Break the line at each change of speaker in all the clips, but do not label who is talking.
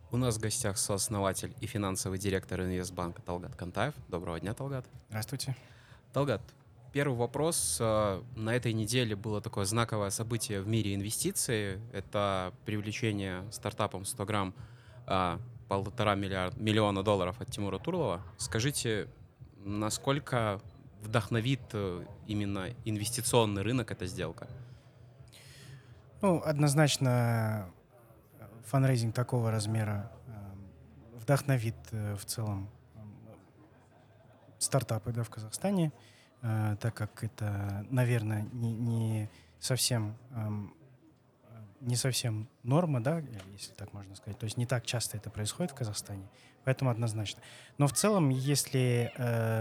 У нас в гостях сооснователь и финансовый директор Инвестбанка Талгат Кантаев. Доброго дня, Талгат.
Здравствуйте.
Талгат, первый вопрос. На этой неделе было такое знаковое событие в мире инвестиций. Это привлечение стартапом 100 грамм 1,5 миллиона долларов от Тимура Турлова. Скажите, насколько вдохновит именно инвестиционный рынок эта сделка?
Ну, однозначно, фанрейзинг такого размера вдохновит в целом стартапы, да, в Казахстане, так как это, наверное, не совсем норма, да, если так можно сказать. То есть не так часто это происходит в Казахстане, поэтому однозначно. Но в целом, если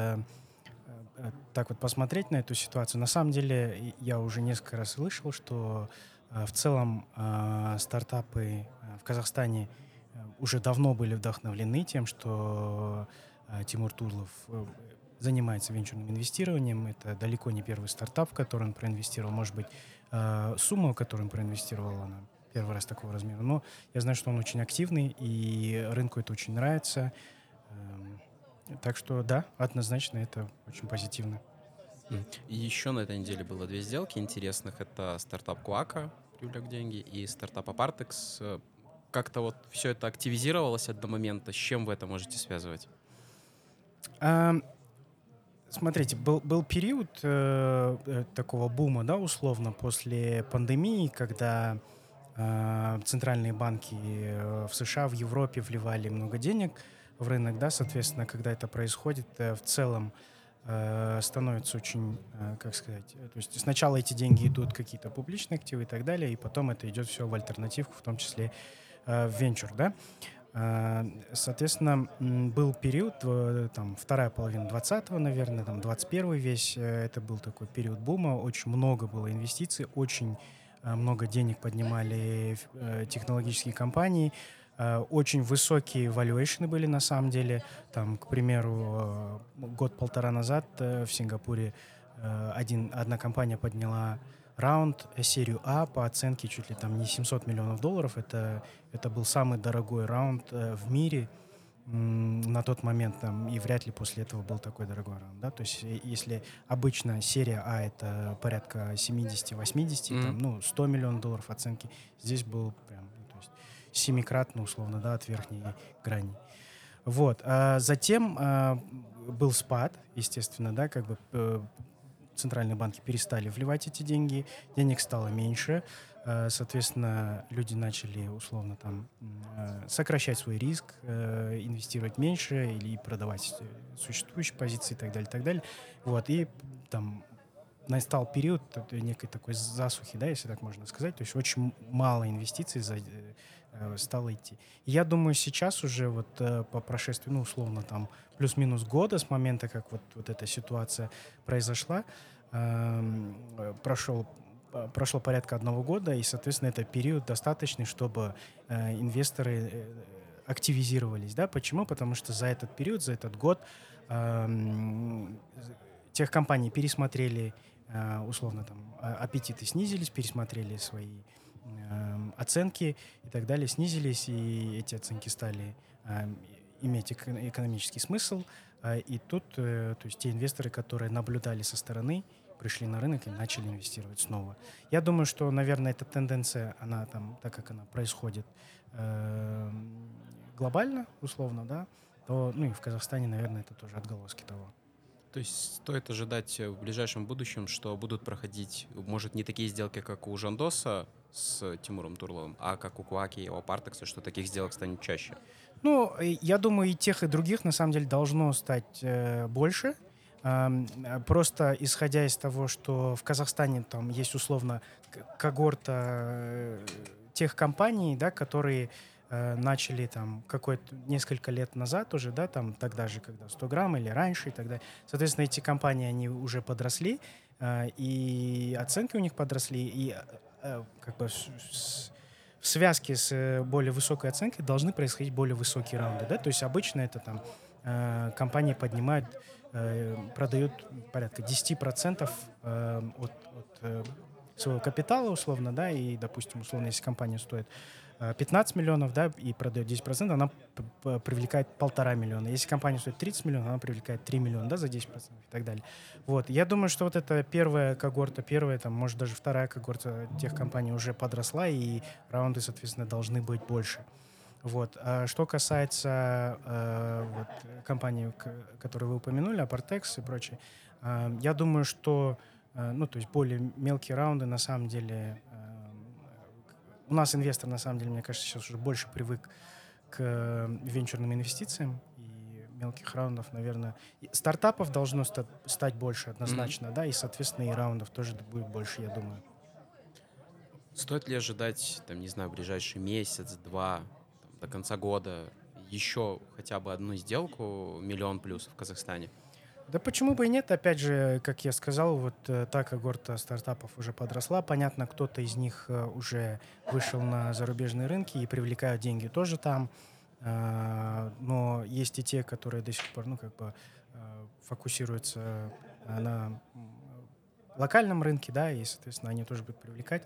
так вот посмотреть на эту ситуацию, на самом деле я уже несколько раз слышал, что в целом стартапы в Казахстане уже давно были вдохновлены тем, что Тимур Турлов занимается венчурным инвестированием. Это далеко не первый стартап, в который он проинвестировал. Может быть, сумма, которую он проинвестировал, она первый раз такого размера. Но я знаю, что он очень активный, и рынку это очень нравится. Так что да, однозначно это очень позитивно.
И еще на этой неделе было две сделки интересных. Это стартап Quaка привлек деньги и стартап Apartex. Как-то вот все это активизировалось до момента. С чем вы это можете связывать?
Смотрите, был период такого бума, да, условно, после пандемии, когда центральные банки в США, в Европе вливали много денег в рынок, да, соответственно, когда это происходит, в целом становится очень, как сказать, то есть сначала эти деньги идут какие-то публичные активы и так далее, и потом это идет все в альтернативку, в том числе в венчур, да. Соответственно, был период, там, вторая половина 20-го, наверное, там, 21-й весь, это был такой период бума, очень много было инвестиций, очень много денег поднимали технологические компании, очень высокие валюэйшны были на самом деле. Там, к примеру, год-полтора назад в Сингапуре одна компания подняла раунд, серию А по оценке чуть ли там не $700 миллионов. Это был самый дорогой раунд в мире на тот момент, там, и вряд ли после этого был такой дорогой раунд. Да? То есть если обычно серия А — это порядка 70-80, там, ну, $100 миллионов оценки, здесь был прям, ну, то есть семикратно, условно, да, от верхней грани. Вот. Затем был спад, естественно, да, как бы центральные банки перестали вливать эти деньги, денег стало меньше, соответственно, люди начали условно там сокращать свой риск, инвестировать меньше или продавать существующие позиции и так далее, и так далее. Вот, и там настал период некой такой засухи, да, если так можно сказать, то есть очень мало инвестиций стало идти. И я думаю, сейчас уже вот по прошествии, ну, условно, там, плюс-минус года с момента, как вот эта ситуация произошла, прошло порядка 1 года, и, соответственно, это период достаточный, чтобы инвесторы активизировались, да, почему? Потому что за этот период, за этот год тех компаний пересмотрели, условно, там, аппетиты снизились, пересмотрели свои оценки и так далее, снизились, и эти оценки стали иметь экономический смысл. И тут, то есть те инвесторы, которые наблюдали со стороны, пришли на рынок и начали инвестировать снова. Я думаю, что, наверное, эта тенденция, она там, так как она происходит глобально, условно, да, то, ну и в Казахстане, наверное, это тоже отголоски того.
То есть стоит ожидать в ближайшем будущем, что будут проходить, может, не такие сделки, как у Жандоса с Тимуром Турловым, а как у Куаки и у Апартекса, что таких сделок станет чаще?
Ну, я думаю, и тех, и других, на самом деле, должно стать больше. Просто исходя из того, что в Казахстане там есть условно когорта тех компаний, да, которые начали там несколько лет назад уже, да, там тогда же, когда 100 грамм или раньше и так далее. Соответственно, эти компании, они уже подросли, и оценки у них подросли, и как бы в связке с более высокой оценкой должны происходить более высокие раунды, да, то есть обычно это там компании поднимают, продают порядка 10% от своего капитала, условно, да, и, допустим, условно, если компания стоит 15 миллионов, да, и продает 10%, она привлекает 1,5 миллиона. Если компания стоит 30 миллионов, она привлекает 3 миллиона, да, за 10% и так далее. Вот. Я думаю, что вот эта первая когорта, там, может, даже вторая когорта тех компаний уже подросла, и раунды, соответственно, должны быть больше. Вот. А что касается вот, компаний, которые вы упомянули, Aportex и прочее, я думаю, что ну, то есть более мелкие раунды, на самом деле, у нас инвестор, на самом деле, мне кажется, сейчас уже больше привык к венчурным инвестициям, и мелких раундов, наверное, стартапов должно стать больше однозначно, да, и, соответственно, и раундов тоже будет больше, я думаю.
Стоит ли ожидать, там, не знаю, в ближайший месяц, два, там, до конца года еще хотя бы одну сделку миллион плюс в Казахстане?
Да почему бы и нет? Опять же, как я сказал, вот та когорта стартапов уже подросла. Понятно, кто-то из них уже вышел на зарубежные рынки и привлекают деньги тоже там. Но есть и те, которые до сих пор, ну, как бы фокусируются на локальном рынке, да, и, соответственно, они тоже будут привлекать.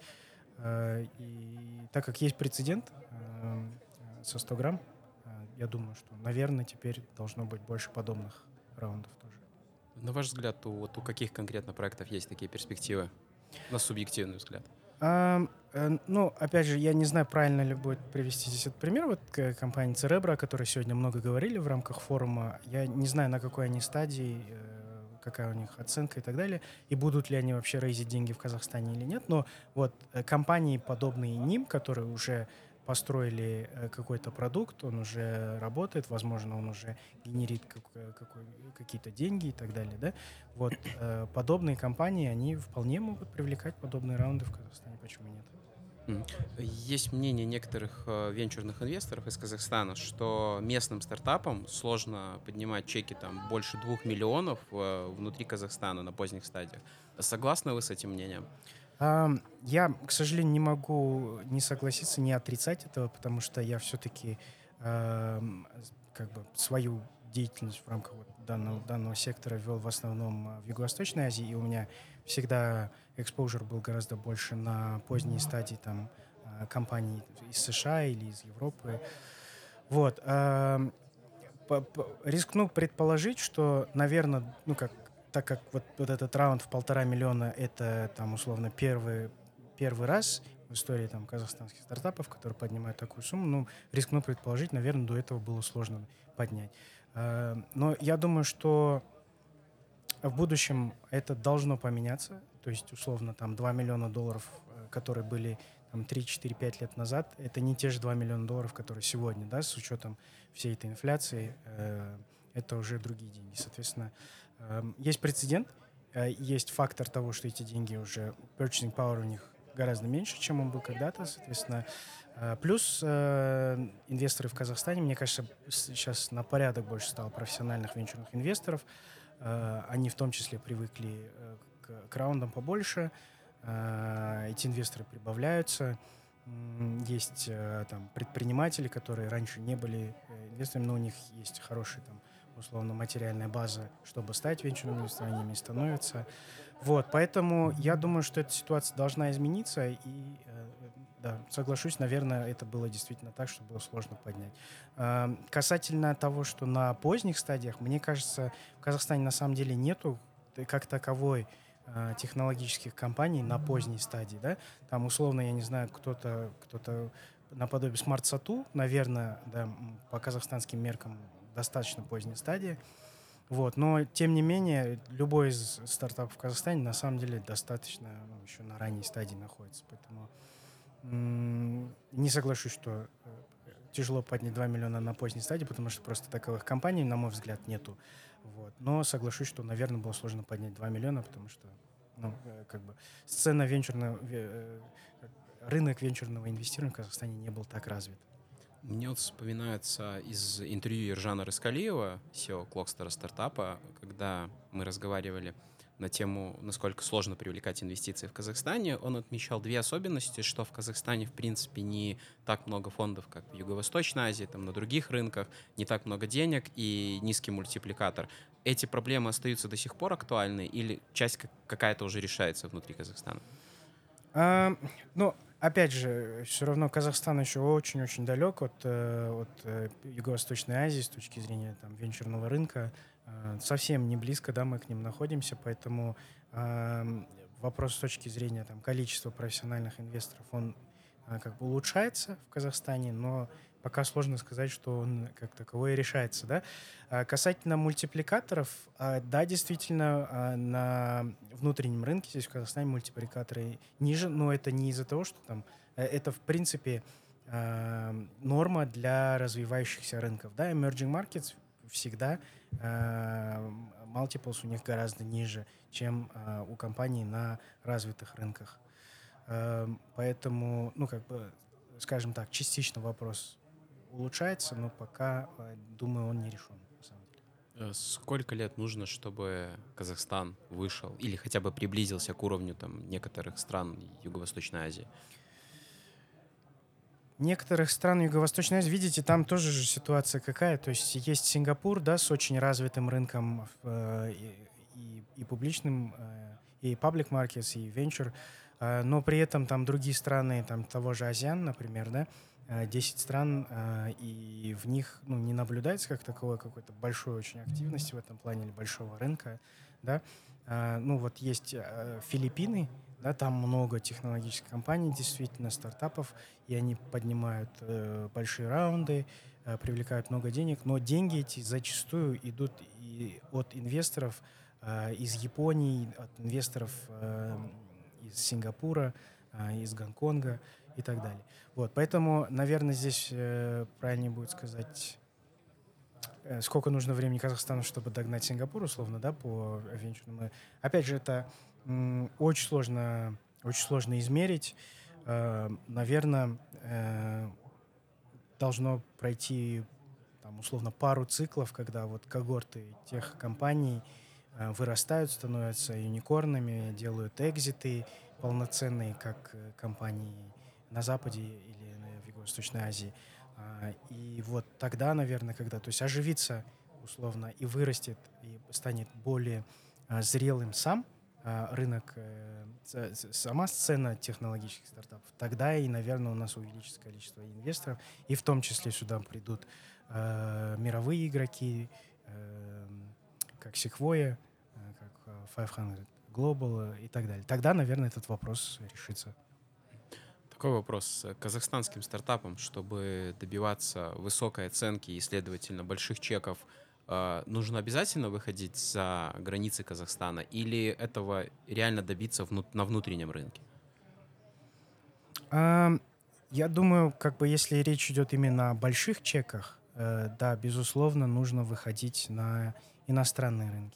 И так как есть прецедент со 100 грамм, я думаю, что, наверное, теперь должно быть больше подобных раундов тоже.
На ваш взгляд, вот у каких конкретно проектов есть такие перспективы? На субъективный взгляд.
Ну, опять же, я не знаю, правильно ли будет привести здесь этот пример. Вот компания Cerebro, о которой сегодня много говорили в рамках форума. Я не знаю, на какой они стадии, какая у них оценка и так далее, и будут ли они вообще рейзить деньги в Казахстане или нет. Но вот компании, подобные ним, которые уже построили какой-то продукт, он уже работает, возможно, он уже генерит какие-то деньги и так далее, да. Вот подобные компании, они вполне могут привлекать подобные раунды в Казахстане, почему нет?
Есть мнение некоторых венчурных инвесторов из Казахстана, что местным стартапам сложно поднимать чеки там больше 2 миллионов внутри Казахстана на поздних стадиях. Согласны вы с этим мнением?
Я, к сожалению, не могу не согласиться, не отрицать этого, потому что я все-таки как бы свою деятельность в рамках вот данного сектора вел в основном в Юго-Восточной Азии, и у меня всегда exposure был гораздо больше на поздней стадии там компаний из США или из Европы. Вот. Рискну предположить, что, наверное, ну как, так как вот этот раунд в 1,5 миллиона, это там условно первый раз в истории там казахстанских стартапов, которые поднимают такую сумму, ну, рискну предположить, наверное, до этого было сложно поднять. Но я думаю, что в будущем это должно поменяться, то есть условно там 2 миллиона долларов, которые были там 3, 4, 5 лет назад, это не те же 2 миллиона долларов, которые сегодня, да, с учетом всей этой инфляции, это уже другие деньги. Соответственно, есть прецедент, есть фактор того, что эти деньги уже, purchasing power у них гораздо меньше, чем он был когда-то, соответственно. Плюс инвесторы в Казахстане, мне кажется, сейчас на порядок больше стало профессиональных венчурных инвесторов. Они в том числе привыкли к раундам побольше. Эти инвесторы прибавляются. Есть там предприниматели, которые раньше не были инвесторами, но у них есть хорошая там условно материальная база, чтобы стать венчурными инвесторами, они становятся. Вот, поэтому я думаю, что эта ситуация должна измениться, и да, соглашусь, наверное, это было действительно так, что было сложно поднять. Касательно того, что на поздних стадиях, мне кажется, в Казахстане на самом деле нету как таковой технологических компаний на поздней стадии, да, там условно, я не знаю, кто-то наподобие Smart.Satu, наверное, да, по казахстанским меркам достаточно поздней стадии, вот, но тем не менее любой из стартапов в Казахстане на самом деле достаточно еще на ранней стадии находится, поэтому не соглашусь, что тяжело поднять 2 миллиона на поздней стадии, потому что просто таковых компаний, на мой взгляд, нету. Вот. Но соглашусь, что, наверное, было сложно поднять 2 миллиона, потому что ну, как бы сцена венчурного, рынок венчурного инвестирования в Казахстане не был так развит.
Мне вот вспоминается из интервью Ержана Рыскалиева, SEO Клокстера стартапа, когда мы разговаривали на тему, насколько сложно привлекать инвестиции в Казахстане. Он отмечал две особенности, что в Казахстане, в принципе, не так много фондов, как в Юго-Восточной Азии, там на других рынках, не так много денег и низкий мультипликатор. Эти проблемы остаются до сих пор актуальны или часть какая-то уже решается внутри Казахстана?
Ну, опять же, все равно Казахстан еще очень-очень далек от Юго-Восточной Азии с точки зрения там венчурного рынка. Совсем не близко, да, мы к ним находимся, поэтому вопрос с точки зрения там количества профессиональных инвесторов, он как бы улучшается в Казахстане, но пока сложно сказать, что он как таковой решается, да. Касательно мультипликаторов, да, действительно, на внутреннем рынке здесь в Казахстане мультипликаторы ниже, но это не из-за того, что там это в принципе норма для развивающихся рынков, да. Emerging markets всегда multiples у них гораздо ниже, чем у компаний на развитых рынках. Поэтому, ну, как бы, скажем так, частично вопрос улучшается, но пока, думаю, он не решен, на самом деле.
Сколько лет нужно, чтобы Казахстан вышел или хотя бы приблизился к уровню там некоторых стран Юго-Восточной Азии?
Некоторых стран Юго-Восточной Азии, видите, там тоже же ситуация какая. То есть есть Сингапур, да, с очень развитым рынком и публичным, и public markets, и venture, но при этом там другие страны, там того же АСЕАН, например, да, 10 стран, и в них, ну, не наблюдается как таковой какой-то большой очень активности в этом плане или большого рынка, да. Ну вот есть Филиппины, да, там много технологических компаний, действительно, стартапов, и они поднимают большие раунды, привлекают много денег, но деньги эти зачастую идут и от инвесторов из Японии, от инвесторов из Сингапура, из Гонконга и так далее. Вот, поэтому, наверное, здесь правильнее будет сказать, сколько нужно времени Казахстану, чтобы догнать Сингапур, условно, да, по венчурному. Опять же, это очень сложно измерить. Наверное, должно пройти там, условно, пару циклов, когда вот когорты тех компаний вырастают, становятся юникорнами, делают экзиты полноценные, как компании на Западе или в Юго-Восточной Азии. И вот тогда, наверное, когда, то есть оживится условно и вырастет, и станет более зрелым сам рынок, сама сцена технологических стартапов, тогда и, наверное, у нас увеличится количество инвесторов, и в том числе сюда придут мировые игроки, как Sequoia, как 500 Global и так далее. Тогда, наверное, этот вопрос решится.
Такой вопрос. Казахстанским стартапам, чтобы добиваться высокой оценки и, следовательно, больших чеков, нужно обязательно выходить за границы Казахстана или этого реально добиться на внутреннем рынке?
Я думаю, как бы если речь идет именно о больших чеках, да, безусловно, нужно выходить на иностранные рынки.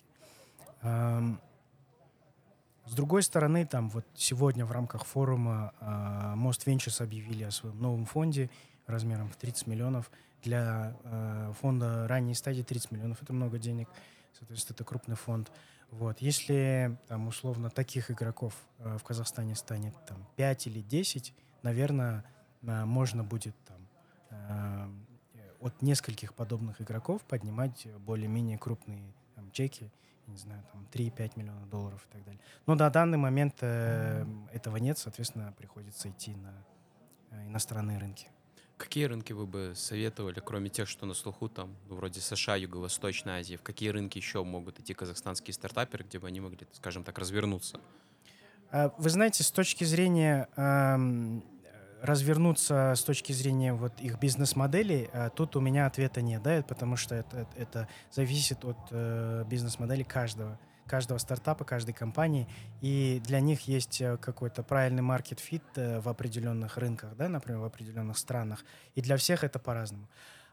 С другой стороны, там вот сегодня в рамках форума Most Ventures объявили о своем новом фонде размером в 30 миллионов. Для фонда ранней стадии 30 миллионов — это много денег, соответственно, это крупный фонд. Вот. Если там условно таких игроков в Казахстане станет там 5 или 10, наверное, можно будет там от нескольких подобных игроков поднимать более-менее крупные там чеки, не знаю, там 3-5 миллионов долларов и так далее. Но на данный момент этого нет, соответственно, приходится идти на иностранные рынки.
Какие рынки вы бы советовали, кроме тех, что на слуху, там, ну, вроде США, Юго-Восточной Азии? В какие рынки еще могут идти казахстанские стартаперы, где бы они могли, скажем так, развернуться?
Вы знаете, с точки зрения развернуться, с точки зрения вот их бизнес-модели, тут у меня ответа нет, да, потому что это зависит от бизнес-модели каждого стартапа, каждой компании, и для них есть какой-то правильный маркет-фит в определенных рынках, да, например, в определенных странах, и для всех это по-разному.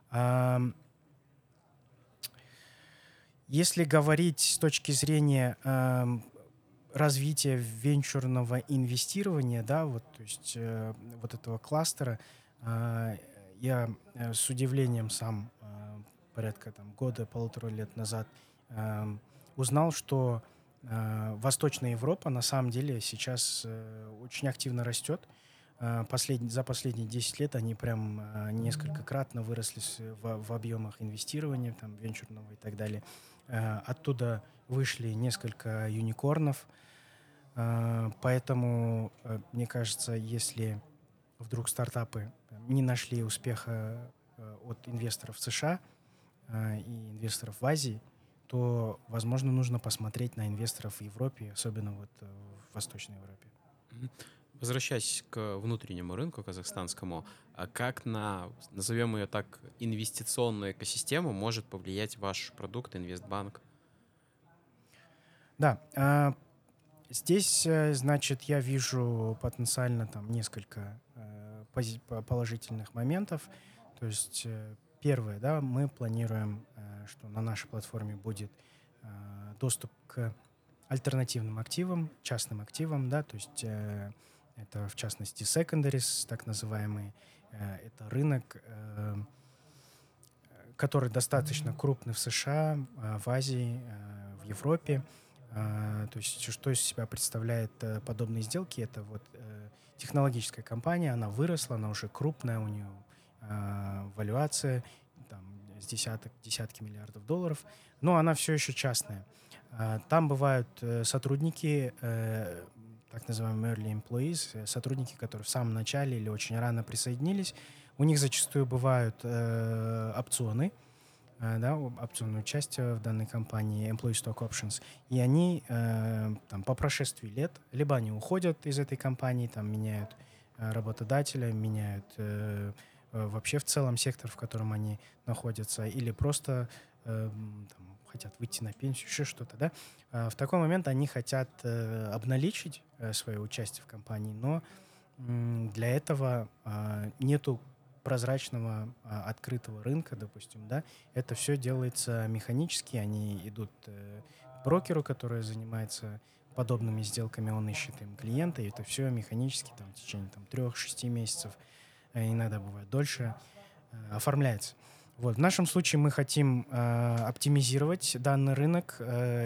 Если говорить с точки зрения развития венчурного инвестирования, да, вот, то есть вот этого кластера, я с удивлением сам порядка там, года-полутора лет назад узнал, что Восточная Европа на самом деле сейчас очень активно растет. За последние 10 лет они прям несколько-кратно выросли в объемах инвестирования, там, венчурного и так далее. Оттуда вышли несколько юникорнов. Поэтому, мне кажется, если вдруг стартапы не нашли успеха от инвесторов в США и инвесторов в Азии, то, возможно, нужно посмотреть на инвесторов в Европе, особенно вот в Восточной Европе.
Мгм. Возвращаясь к внутреннему рынку казахстанскому, а как на, назовем ее так, инвестиционную экосистему может повлиять ваш продукт Инвестбанк?
Да, здесь, значит, я вижу потенциально там несколько положительных моментов. То есть первое, да, мы планируем, что на нашей платформе будет доступ к альтернативным активам, частным активам, да, то есть это в частности secondaries, так называемые. Это рынок, который достаточно крупный в США, в Азии, в Европе. То есть что из себя представляет подобные сделки? Это вот технологическая компания, она выросла, она уже крупная, у нее валюация там, с десятки миллиардов долларов, но она все еще частная. Там бывают сотрудники, так называемые early employees, сотрудники, которые в самом начале или очень рано присоединились. У них зачастую бывают опционы, да, опционное участие в данной компании, employee stock options, и они там, по прошествии лет либо они уходят из этой компании, там, меняют работодателя, меняют вообще в целом сектор, в котором они находятся, или просто там, хотят выйти на пенсию, еще что-то, да. В такой момент они хотят обналичить свое участие в компании, но для этого нету прозрачного открытого рынка, допустим, да, это все делается механически, они идут к брокеру, который занимается подобными сделками, он ищет им клиента, и это все механически там, в течение там, 3-6 месяцев, иногда бывает дольше, оформляется. Вот. В нашем случае мы хотим оптимизировать данный рынок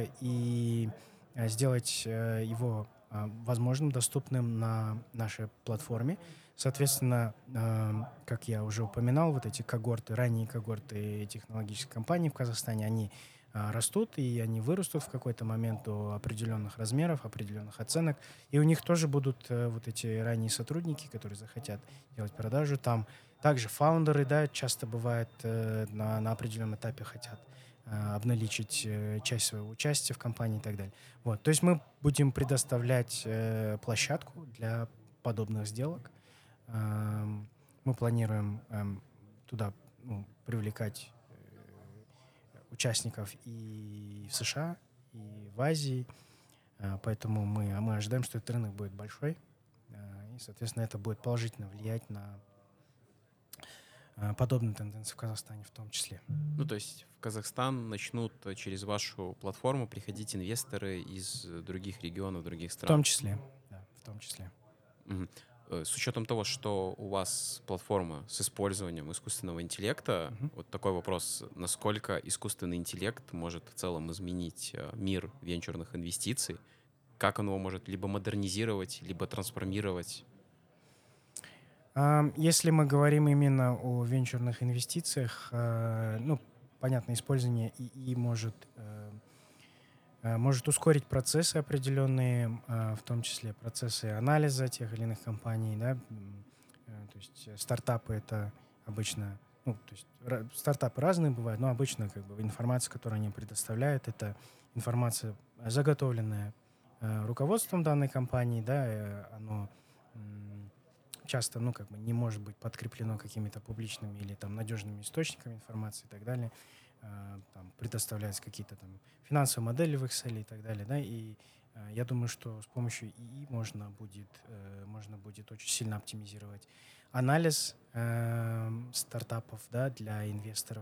и сделать его возможным, доступным на нашей платформе. Соответственно, как я уже упоминал, вот эти когорты, ранние когорты технологических компаний в Казахстане, они растут, и они вырастут в какой-то момент до определенных размеров, определенных оценок. И у них тоже будут вот эти ранние сотрудники, которые захотят делать продажу. Там также фаундеры, да, часто бывает на определенном этапе хотят обналичить часть своего участия в компании и так далее. Вот. То есть мы будем предоставлять площадку для подобных сделок. Мы планируем туда привлекать участников и в США, и в Азии. Поэтому мы ожидаем, что этот рынок будет большой. И, соответственно, это будет положительно влиять на подобные тенденции в Казахстане в том числе.
Ну, то есть в Казахстан начнут через вашу платформу приходить инвесторы из других регионов, других
В
стран.
том числе, да, в том числе.
Мгм. С учетом того, что у вас платформа с использованием искусственного интеллекта,
Мгм.
вот такой вопрос: насколько искусственный интеллект может в целом изменить мир венчурных инвестиций? Как он его может либо модернизировать, либо трансформировать?
Если мы говорим именно о венчурных инвестициях, ну, понятно, использование ИИ может ускорить процессы определенные, в том числе процессы анализа тех или иных компаний, да. То есть стартапы — это обычно, ну, то есть стартапы разные бывают, но обычно как бы информация, которую они предоставляют, это информация, заготовленная руководством данной компании, да, оно часто, ну, как бы не может быть подкреплено какими-то публичными или там надежными источниками информации и так далее. Там предоставляются какие-то там финансовые модели в Excel и так далее, да, и я думаю, что с помощью ИИ можно будет очень сильно оптимизировать анализ стартапов, да, для инвесторов.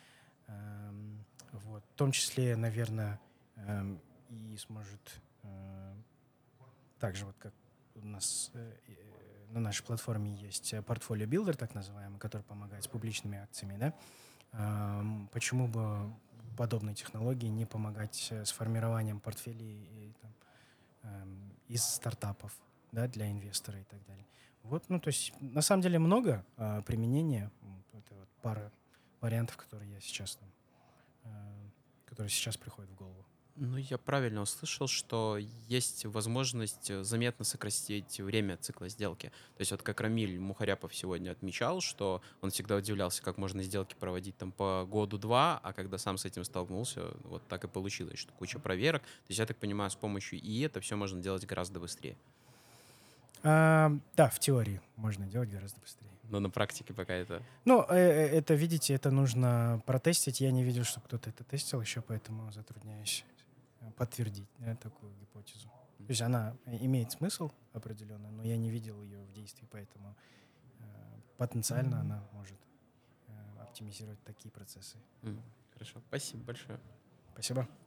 Вот. В том числе, наверное, ИИ сможет также вот как у нас на нашей платформе есть портфолио билдер, так называемый, который помогает с публичными акциями, да. Почему бы подобной технологии не помогать с формированием портфелей из стартапов, да, для инвестора и так далее. Вот, ну, то есть, на самом деле много применения. Это вот пара вариантов, которые я сейчас, которые сейчас приходят в голову.
Ну, я правильно услышал, что есть возможность заметно сократить время цикла сделки. То есть вот как Рамиль Мухаряпов сегодня отмечал, что он всегда удивлялся, как можно сделки проводить там по году-два, а когда сам с этим столкнулся, вот так и получилось, что куча проверок. То есть я так понимаю, с помощью ИИ это все можно делать гораздо быстрее.
Да, в теории можно делать гораздо быстрее.
Но на практике пока это...
Ну, это, видите, это нужно протестить. Я не видел, что кто-то это тестил еще, поэтому затрудняюсь подтвердить такую гипотезу. То есть она имеет смысл определенно, но я не видел ее в действии, поэтому потенциально она может оптимизировать такие процессы.
Хорошо, спасибо большое.
Спасибо.